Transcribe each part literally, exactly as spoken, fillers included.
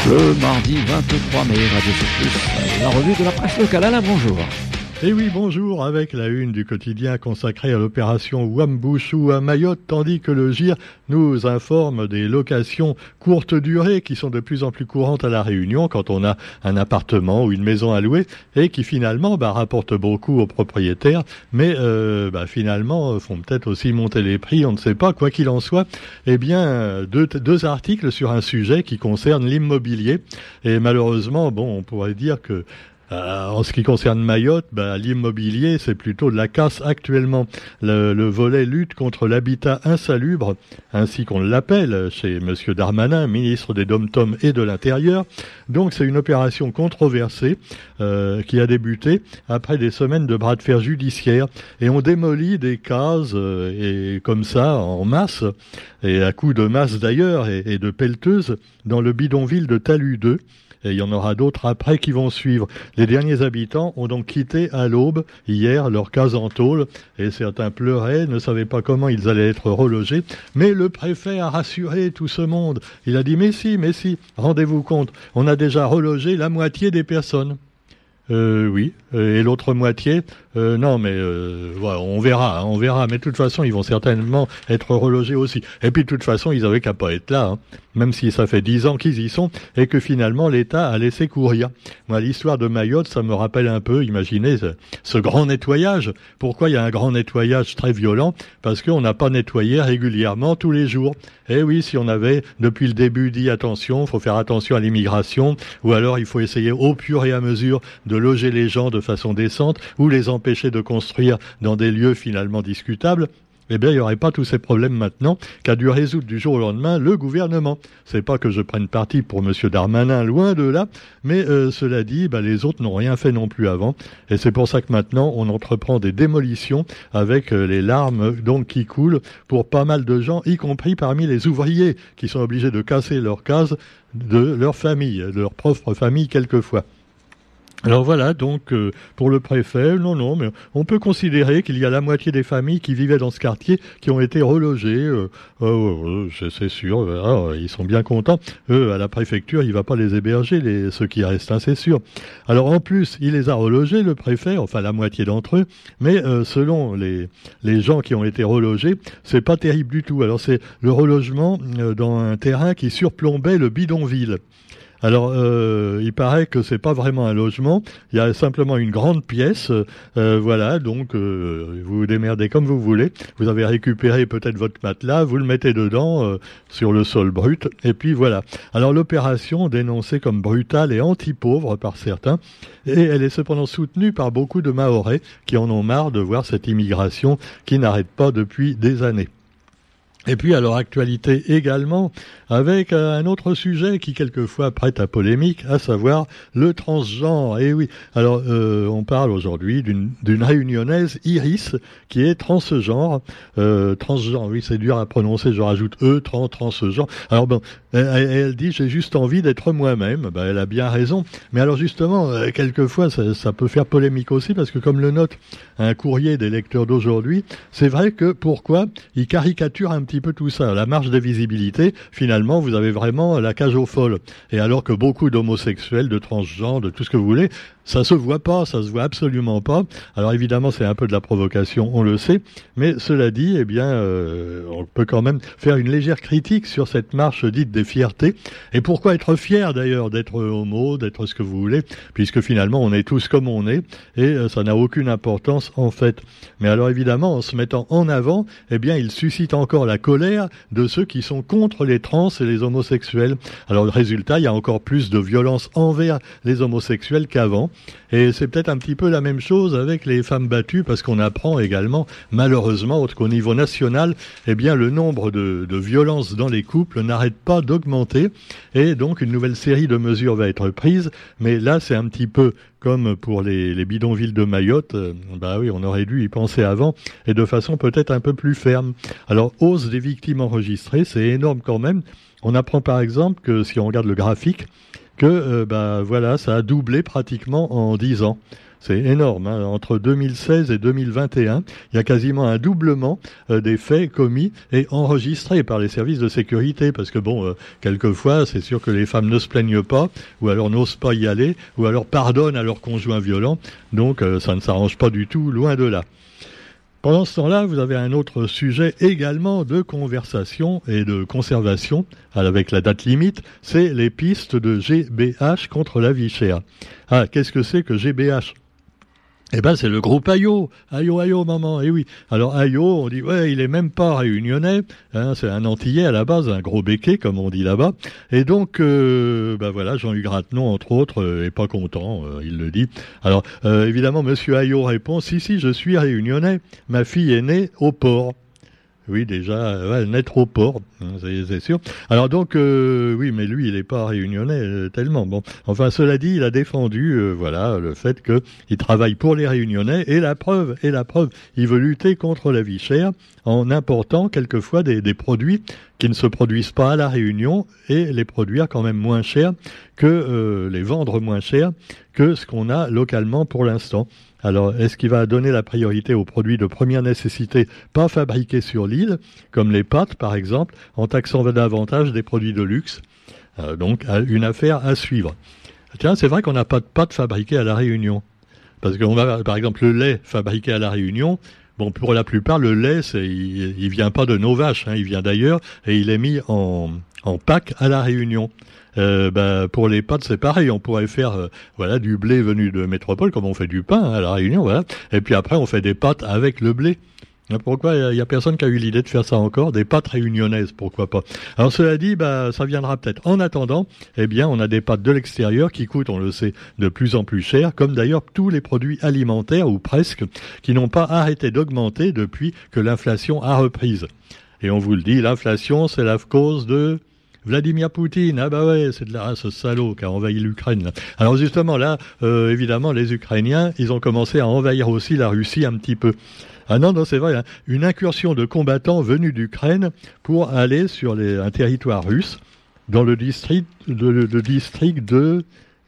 Le mardi vingt-trois mai, Radio Sud Plus, la revue de la presse locale. Alain, bonjour. Et oui, bonjour, avec la une du quotidien consacrée à l'opération Wambushu à Mayotte, tandis que le G I R nous informe des locations courte durée qui sont de plus en plus courantes à La Réunion quand on a un appartement ou une maison à louer et qui finalement bah, rapportent beaucoup aux propriétaires, mais euh, bah, finalement font peut-être aussi monter les prix, on ne sait pas. Quoi qu'il en soit, eh bien deux, deux articles sur un sujet qui concerne l'immobilier et malheureusement, bon, on pourrait dire que Euh, en ce qui concerne Mayotte, bah, l'immobilier, c'est plutôt de la casse actuellement. Le, le volet lutte contre l'habitat insalubre, ainsi qu'on l'appelle chez Monsieur Darmanin, ministre des Dom-Tom et de l'Intérieur. Donc c'est une opération controversée euh, qui a débuté après des semaines de bras de fer judiciaires. Et on démolit des cases, euh, et comme ça, en masse, et à coups de masse d'ailleurs, et, et de pelleteuses, dans le bidonville de Talus deux. Et il y en aura d'autres après qui vont suivre. Les derniers habitants ont donc quitté à l'aube, hier, leur case en tôle, et certains pleuraient, ne savaient pas comment ils allaient être relogés. Mais le préfet a rassuré tout ce monde. Il a dit « Mais si, mais si, rendez-vous compte, on a déjà relogé la moitié des personnes. » Euh, oui. Et l'autre moitié, euh, non, mais euh, ouais, on verra, hein, on verra. Mais de toute façon, ils vont certainement être relogés aussi. Et puis de toute façon, ils avaient qu'à pas être là, hein, même si ça fait dix ans qu'ils y sont et que finalement l'État a laissé courir. Moi, l'histoire de Mayotte, ça me rappelle un peu. Imaginez ce, ce grand nettoyage. Pourquoi il y a un grand nettoyage très violent? Parce qu'on n'a pas nettoyé régulièrement tous les jours. Eh oui, si on avait depuis le début dit attention, faut faire attention à l'immigration, ou alors il faut essayer au fur et à mesure de loger les gens de façon décente ou les empêcher de construire dans des lieux finalement discutables, eh bien, il n'y aurait pas tous ces problèmes maintenant qu'a dû résoudre du jour au lendemain le gouvernement. C'est pas que je prenne parti pour Monsieur Darmanin, loin de là, mais euh, cela dit, bah, les autres n'ont rien fait non plus avant, et c'est pour ça que maintenant on entreprend des démolitions avec euh, les larmes donc qui coulent pour pas mal de gens, y compris parmi les ouvriers qui sont obligés de casser leurs cases de leur famille, de leur propre famille quelquefois. Alors voilà, donc euh, pour le préfet, non, non, mais on peut considérer qu'il y a la moitié des familles qui vivaient dans ce quartier qui ont été relogées. Euh, euh, euh, c'est sûr, euh, ils sont bien contents. Eux, à la préfecture, il va pas les héberger, les, ceux qui restent, hein, c'est sûr. Alors en plus, il les a relogés, le préfet, enfin la moitié d'entre eux, mais euh, selon les, les gens qui ont été relogés, c'est pas terrible du tout. Alors c'est le relogement euh, dans un terrain qui surplombait le bidonville. Alors, euh, il paraît que c'est pas vraiment un logement. Il y a simplement une grande pièce. Euh, voilà, donc euh, vous vous démerdez comme vous voulez. Vous avez récupéré peut-être votre matelas, vous le mettez dedans euh, sur le sol brut, et puis voilà. Alors l'opération, dénoncée comme brutale et anti-pauvre par certains, et elle est cependant soutenue par beaucoup de Mahorais qui en ont marre de voir cette immigration qui n'arrête pas depuis des années. Et puis alors actualité également avec un autre sujet qui quelquefois prête à polémique, à savoir le transgenre. Et oui, alors euh, on parle aujourd'hui d'une, d'une réunionnaise, Iris, qui est transgenre. Euh, transgenre, oui, c'est dur à prononcer, je rajoute E, trans, transgenre. Alors bon, elle, elle dit j'ai juste envie d'être moi-même. Ben, elle a bien raison. Mais alors justement, euh, quelquefois ça, ça peut faire polémique aussi parce que comme le note un courrier des lecteurs d'aujourd'hui, c'est vrai que pourquoi il caricature un petit peu tout ça. La marge de visibilité, finalement, vous avez vraiment la cage aux folles. Et alors que beaucoup d'homosexuels, de transgenres, de tout ce que vous voulez, ça se voit pas, ça se voit absolument pas. Alors évidemment, c'est un peu de la provocation, on le sait, mais cela dit, eh bien, euh, on peut quand même faire une légère critique sur cette marche dite des fiertés. Et pourquoi être fier d'ailleurs d'être homo, d'être ce que vous voulez, puisque finalement, on est tous comme on est, et euh, ça n'a aucune importance en fait. Mais alors évidemment, en se mettant en avant, eh bien, il suscite encore la colère de ceux qui sont contre les trans et les homosexuels. Alors le résultat, il y a encore plus de violence envers les homosexuels qu'avant. Et c'est peut-être un petit peu la même chose avec les femmes battues, parce qu'on apprend également, malheureusement, qu'au niveau national, eh bien, le nombre de, de violences dans les couples n'arrête pas d'augmenter. Et donc, une nouvelle série de mesures va être prise. Mais là, c'est un petit peu comme pour les, les bidonvilles de Mayotte. Euh, bah oui, on aurait dû y penser avant, et de façon peut-être un peu plus ferme. Alors, hausse des victimes enregistrées, c'est énorme quand même. On apprend par exemple que, si on regarde le graphique, que euh, bah voilà, ça a doublé pratiquement en dix ans. C'est énorme, hein. Entre deux mille seize et deux mille vingt et un, il y a quasiment un doublement euh, des faits commis et enregistrés par les services de sécurité. Parce que bon, euh, quelquefois, c'est sûr que les femmes ne se plaignent pas, ou alors n'osent pas y aller, ou alors pardonnent à leur conjoint violent. Donc euh, ça ne s'arrange pas du tout, loin de là. Pendant ce temps-là, vous avez un autre sujet également de conversation et de conservation, avec la date limite, c'est les pistes de G B H contre la vie chère. Ah, qu'est-ce que c'est que G B H ? Eh ben, c'est le groupe Ayo. Ayo, Ayo, maman. Eh oui. Alors, Ayo, on dit, ouais, il est même pas réunionnais. Hein, c'est un Antillais à la base, un gros béquet, comme on dit là-bas. Et donc, euh, ben voilà, Jean-Hugues Ratenon, entre autres, euh, est pas content, euh, il le dit. Alors, euh, évidemment, monsieur Ayo répond, si, si, je suis réunionnais. Ma fille est née au port. Oui, déjà, ouais, naître au port, c'est, c'est sûr. Alors donc, euh, oui, mais lui, il n'est pas réunionnais euh, tellement. Bon, enfin, cela dit, il a défendu, euh, voilà, le fait qu'il travaille pour les Réunionnais. Et la preuve, et la preuve, il veut lutter contre la vie chère en important quelquefois des, des produits qui ne se produisent pas à la Réunion et les produire quand même moins cher que euh, les vendre moins cher que ce qu'on a localement pour l'instant. Alors, est-ce qu'il va donner la priorité aux produits de première nécessité pas fabriqués sur l'île, comme les pâtes par exemple, en taxant davantage des produits de luxe? euh, Donc, une affaire à suivre. Tiens, c'est vrai qu'on n'a pas de pâtes fabriquées à La Réunion. Parce qu'on a, par exemple, le lait fabriqué à La Réunion, bon, pour la plupart, le lait, c'est, il, il vient pas de nos vaches, hein, il vient d'ailleurs, et il est mis en, en pack à La Réunion. Euh, bah, pour les pâtes, c'est pareil. On pourrait faire, euh, voilà, du blé venu de métropole, comme on fait du pain hein, à La Réunion, voilà. Et puis après, on fait des pâtes avec le blé. Pourquoi il y a personne qui a eu l'idée de faire ça encore? Des pâtes réunionnaises, pourquoi pas? Alors cela dit, bah ça viendra peut-être. En attendant, eh bien, on a des pâtes de l'extérieur qui coûtent, on le sait, de plus en plus cher, comme d'ailleurs tous les produits alimentaires ou presque, qui n'ont pas arrêté d'augmenter depuis que l'inflation a reprise. Et on vous le dit, l'inflation, c'est la cause de Vladimir Poutine. Ah bah ouais, c'est de la race salaud qui a envahi l'Ukraine. Là. Alors justement là, euh, évidemment, les Ukrainiens, ils ont commencé à envahir aussi la Russie un petit peu. Ah non, non, c'est vrai, hein. Une incursion de combattants venus d'Ukraine pour aller sur les, un territoire russe dans le district de, le, le district de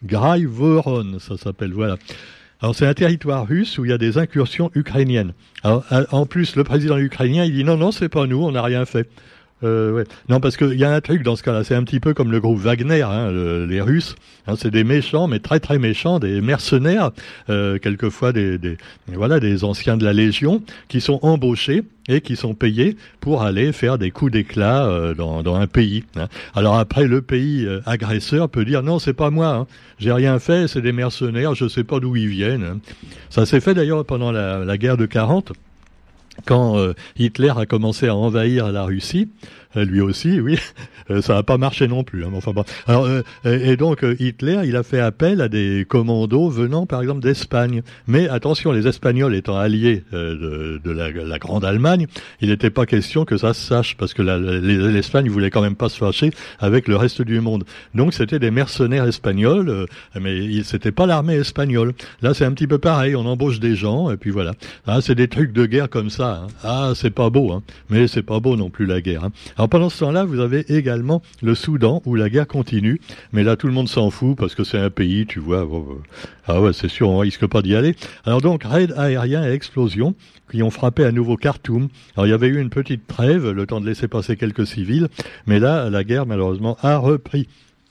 Graivoron, ça s'appelle, voilà. Alors c'est un territoire russe où il y a des incursions ukrainiennes. Alors, en plus, le président ukrainien, il dit non, non, c'est pas nous, on n'a rien fait. Euh, ouais. Non, parce qu'il y a un truc dans ce cas-là, c'est un petit peu comme le groupe Wagner, hein, le, les Russes. Hein, c'est des méchants, mais très très méchants, des mercenaires, euh, quelquefois des, des, voilà, des anciens de la Légion, qui sont embauchés et qui sont payés pour aller faire des coups d'éclat euh, dans, dans un pays. Hein. Alors après, le pays euh, agresseur peut dire non, c'est pas moi, hein, j'ai rien fait, c'est des mercenaires, je sais pas d'où ils viennent. Hein. Ça s'est fait d'ailleurs pendant la, la guerre de quarante. Quand euh, Hitler a commencé à envahir la Russie, euh, lui aussi, oui, euh, ça n'a pas marché non plus. Hein, enfin bon. Alors, euh, et donc euh, Hitler, il a fait appel à des commandos venant, par exemple, d'Espagne. Mais attention, les Espagnols étant alliés euh, de, de la, la Grande Allemagne, il n'était pas question que ça se sache, parce que la, l'Espagne voulait quand même pas se fâcher avec le reste du monde. Donc c'était des mercenaires espagnols, euh, mais il, c'était pas l'armée espagnole. Là, c'est un petit peu pareil. On embauche des gens, et puis voilà. Ah, c'est des trucs de guerre comme ça. Hein. Ah, c'est pas beau, hein. Mais c'est pas beau non plus la guerre. Hein. Alors pendant ce temps-là, vous avez également le Soudan où la guerre continue, mais là tout le monde s'en fout parce que c'est un pays, tu vois. Ah ouais, c'est sûr, on risque pas d'y aller. Alors donc raid aérien et explosion qui ont frappé à nouveau Khartoum. Alors il y avait eu une petite trêve, le temps de laisser passer quelques civils, mais là la guerre malheureusement a repris.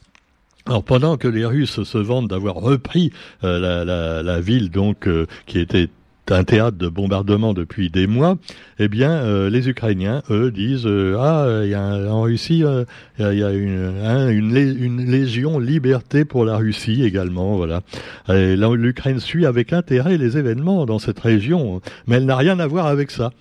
Alors pendant que les Russes se vantent d'avoir repris euh, la, la, la ville donc euh, qui était un théâtre de bombardement depuis des mois, eh bien, euh, les Ukrainiens, eux, disent euh, ah, il y a un, en Russie, euh, il y a, y a une, hein, une, lé, une légion liberté pour la Russie également, voilà. Et là, l'Ukraine suit avec intérêt les événements dans cette région, mais elle n'a rien à voir avec ça.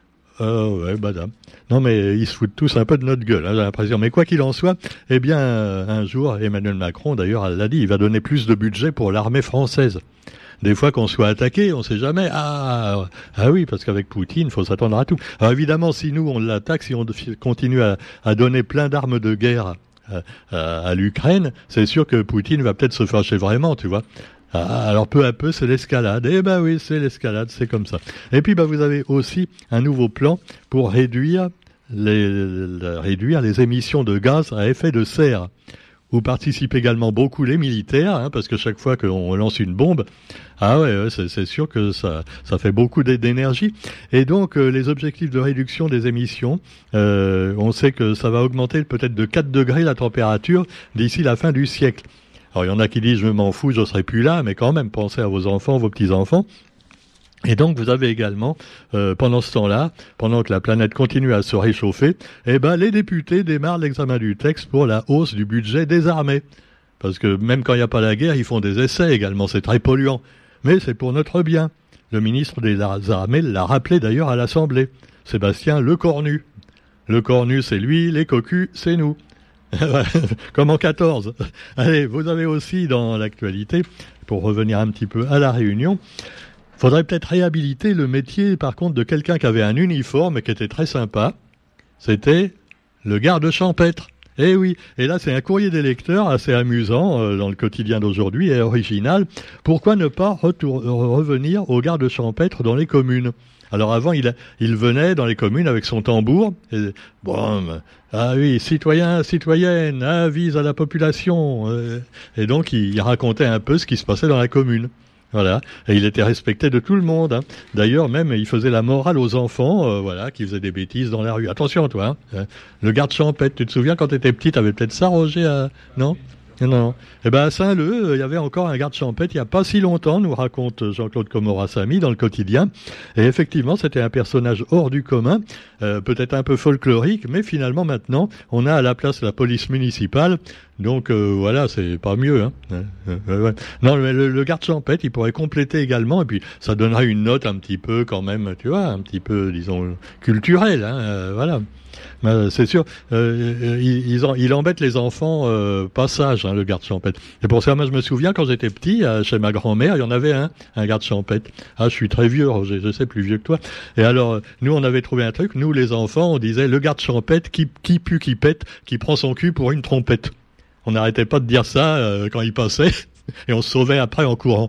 Euh, ouais, madame. Non, mais ils se foutent tous un peu de notre gueule, hein, j'ai l'impression. Mais quoi qu'il en soit, eh bien, un jour, Emmanuel Macron, d'ailleurs, l'a dit, il va donner plus de budget pour l'armée française. Des fois qu'on soit attaqué, on sait jamais. Ah, ah oui, parce qu'avec Poutine, il faut s'attendre à tout. Alors évidemment, si nous, on l'attaque, si on continue à, à donner plein d'armes de guerre à, à, à l'Ukraine, c'est sûr que Poutine va peut-être se fâcher vraiment, tu vois. Ah, alors peu à peu, c'est l'escalade. Eh ben oui, c'est l'escalade, c'est comme ça. Et puis, bah, vous avez aussi un nouveau plan pour réduire les, les, réduire les émissions de gaz à effet de serre. où participent également beaucoup les militaires, hein, parce que chaque fois qu'on lance une bombe, ah ouais, ouais c'est, c'est sûr que ça, ça fait beaucoup d'énergie. Et donc, euh, les objectifs de réduction des émissions, euh, on sait que ça va augmenter peut-être de quatre degrés la température d'ici la fin du siècle. Alors, il y en a qui disent, je m'en fous, je serai plus là, mais quand même, pensez à vos enfants, vos petits-enfants. Et donc, vous avez également, euh, pendant ce temps-là, pendant que la planète continue à se réchauffer, eh ben, les députés démarrent l'examen du texte pour la hausse du budget des armées. Parce que même quand il n'y a pas la guerre, ils font des essais également, c'est très polluant. Mais c'est pour notre bien. Le ministre des Armées l'a rappelé d'ailleurs à l'Assemblée. Sébastien Lecornu. Lecornu, c'est lui, les cocus, c'est nous. Comme en quatorze. Allez, vous avez aussi dans l'actualité, pour revenir un petit peu à la Réunion, faudrait peut-être réhabiliter le métier, par contre, de quelqu'un qui avait un uniforme et qui était très sympa. C'était le garde champêtre. Eh oui, et là c'est un courrier des lecteurs assez amusant euh, dans le quotidien d'aujourd'hui et original. Pourquoi ne pas retour- revenir au garde champêtre dans les communes ? Alors avant, il, a, il venait dans les communes avec son tambour. Et, bon, ah oui, citoyens, citoyennes, avis à la population. Euh, et donc il, il racontait un peu ce qui se passait dans la commune. Voilà, et il était respecté de tout le monde. Hein. D'ailleurs, même, il faisait la morale aux enfants, euh, voilà, qui faisaient des bêtises dans la rue. Attention, toi, hein. Le garde champêtre, tu te souviens quand tu étais petit, t'avais peut-être ça, Roger, à... non ? Non, non. Eh ben, à Saint-Leu, il y avait encore un garde champêtre il n'y a pas si longtemps, nous raconte Jean-Claude Comoras-Samy dans le quotidien. Et effectivement, c'était un personnage hors du commun, euh, peut-être un peu folklorique, mais finalement, maintenant, on a à la place la police municipale. Donc, euh, voilà, c'est pas mieux, hein. Euh, euh, ouais. Non, le, le, le garde champêtre, il pourrait compléter également, et puis ça donnerait une note un petit peu, quand même, tu vois, un petit peu, disons, culturelle, hein, euh, voilà. Ben, c'est sûr, euh, il, il, il embête les enfants euh, pas sages, hein, le garde champêtre. Et pour ça, moi, je me souviens, quand j'étais petit, euh, chez ma grand-mère, il y en avait un, un garde champêtre. Ah, je suis très vieux, Roger, je sais, plus vieux que toi. Et alors, nous, on avait trouvé un truc, nous, les enfants, on disait, le garde champêtre qui, qui pue, qui pète, qui prend son cul pour une trompette. On n'arrêtait pas de dire ça euh, quand il passait, et on se sauvait après en courant.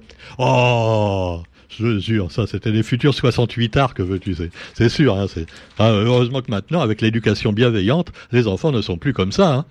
Oh, je jure, ça, c'était les futurs soixante-huit arts, que veux-tu, c'est, c'est sûr. Hein, c'est... Ah, heureusement que maintenant, avec l'éducation bienveillante, les enfants ne sont plus comme ça. Hein.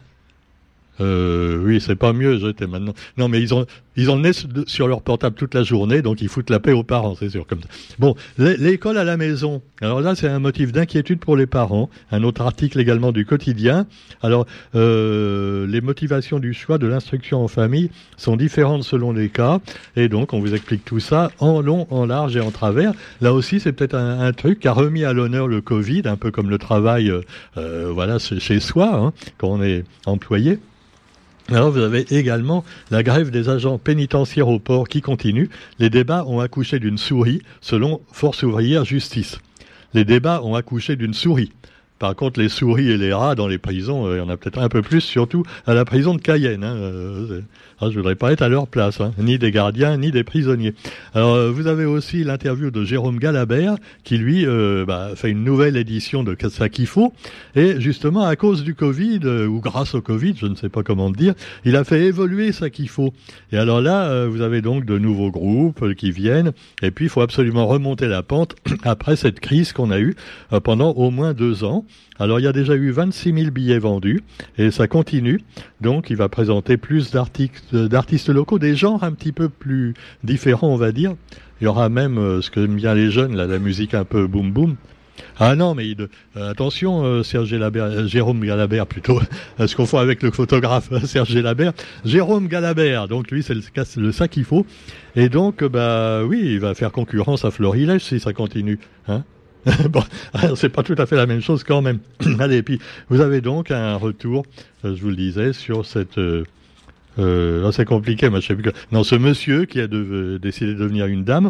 Euh, oui, c'est pas mieux, j'étais maintenant. Non, mais ils ont, ils en naissent sur leur portable toute la journée, donc ils foutent la paix aux parents, c'est sûr, comme ça. Bon, l'école à la maison. Alors là, c'est un motif d'inquiétude pour les parents. Un autre article également du quotidien. Alors, euh, les motivations du choix de l'instruction en famille sont différentes selon les cas, et donc on vous explique tout ça en long, en large et en travers. Là aussi, c'est peut-être un, un truc qui a remis à l'honneur le Covid, un peu comme le travail, euh, voilà, chez soi, hein, quand on est employé. Alors vous avez également la grève des agents pénitentiaires au port qui continue. Les débats ont accouché d'une souris, selon Force ouvrière justice. Les débats ont accouché d'une souris. Par contre, les souris et les rats dans les prisons, il y en a peut-être un peu plus, surtout à la prison de Cayenne. Hein. Euh, ah, je voudrais pas être à leur place, hein. Ni des gardiens, ni des prisonniers. Alors, euh, vous avez aussi l'interview de Jérôme Galabert, qui lui euh, bah, fait une nouvelle édition de Ça qu'il faut. Et justement, à cause du Covid, euh, ou grâce au Covid, je ne sais pas comment dire, il a fait évoluer Ça qu'il faut. Et alors là, euh, vous avez donc de nouveaux groupes euh, qui viennent. Et puis, il faut absolument remonter la pente après cette crise qu'on a eue euh, pendant au moins deux ans. Alors, il y a déjà eu vingt-six mille billets vendus et ça continue. Donc, il va présenter plus d'artistes, d'artistes locaux, des genres un petit peu plus différents, on va dire. Il y aura même euh, ce que aiment bien les jeunes, là, la musique un peu boum boum. Ah non, mais il, euh, attention, euh, Serge Galabert, euh, Jérôme Galabert plutôt, ce qu'on fait avec le photographe Serge Galabert. Jérôme Galabert, donc lui, c'est le, le ça qu'il faut. Et donc, bah oui, il va faire concurrence à Florilège si ça continue, hein. Bon, alors c'est pas tout à fait la même chose quand même. Allez, puis vous avez donc un retour, euh, je vous le disais, sur cette... Euh, euh, c'est compliqué, moi je sais plus que... Non, ce monsieur qui a de, euh, décidé de devenir une dame,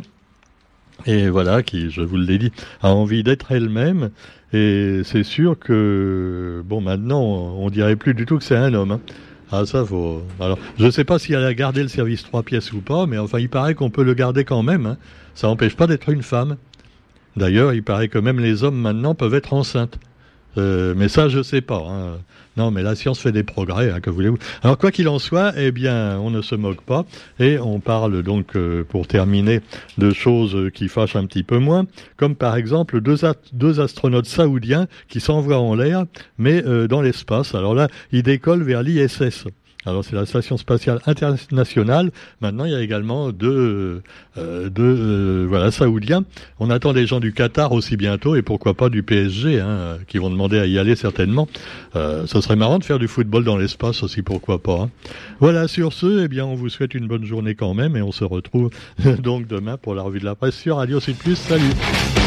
et voilà, qui, je vous l'ai dit, a envie d'être elle-même, et c'est sûr que, bon, maintenant, on, on dirait plus du tout que c'est un homme, hein. Ah, ça, faut... Alors, je sais pas si elle a gardé le service trois pièces ou pas, mais enfin, il paraît qu'on peut le garder quand même, hein. Ça n'empêche pas d'être une femme. D'ailleurs, il paraît que même les hommes maintenant peuvent être enceintes. Euh, mais ça, je sais pas. Hein. Non, mais la science fait des progrès, hein, que voulez-vous. Alors, quoi qu'il en soit, eh bien, on ne se moque pas. Et on parle donc, euh, pour terminer, de choses qui fâchent un petit peu moins. Comme par exemple, deux, a- deux astronautes saoudiens qui s'envoient en l'air, mais euh, dans l'espace. Alors là, ils décollent vers l'I S S. Alors c'est la station spatiale internationale. Maintenant il y a également deux, euh, deux euh, voilà, saoudiens. On attend des gens du Qatar aussi bientôt et pourquoi pas du P S G, hein, qui vont demander à y aller certainement. Euh, ce serait marrant de faire du football dans l'espace aussi, pourquoi pas. Hein. Voilà, sur ce, eh bien on vous souhaite une bonne journée quand même et on se retrouve donc demain pour la revue de la presse sur Radio Sud Plus. Salut.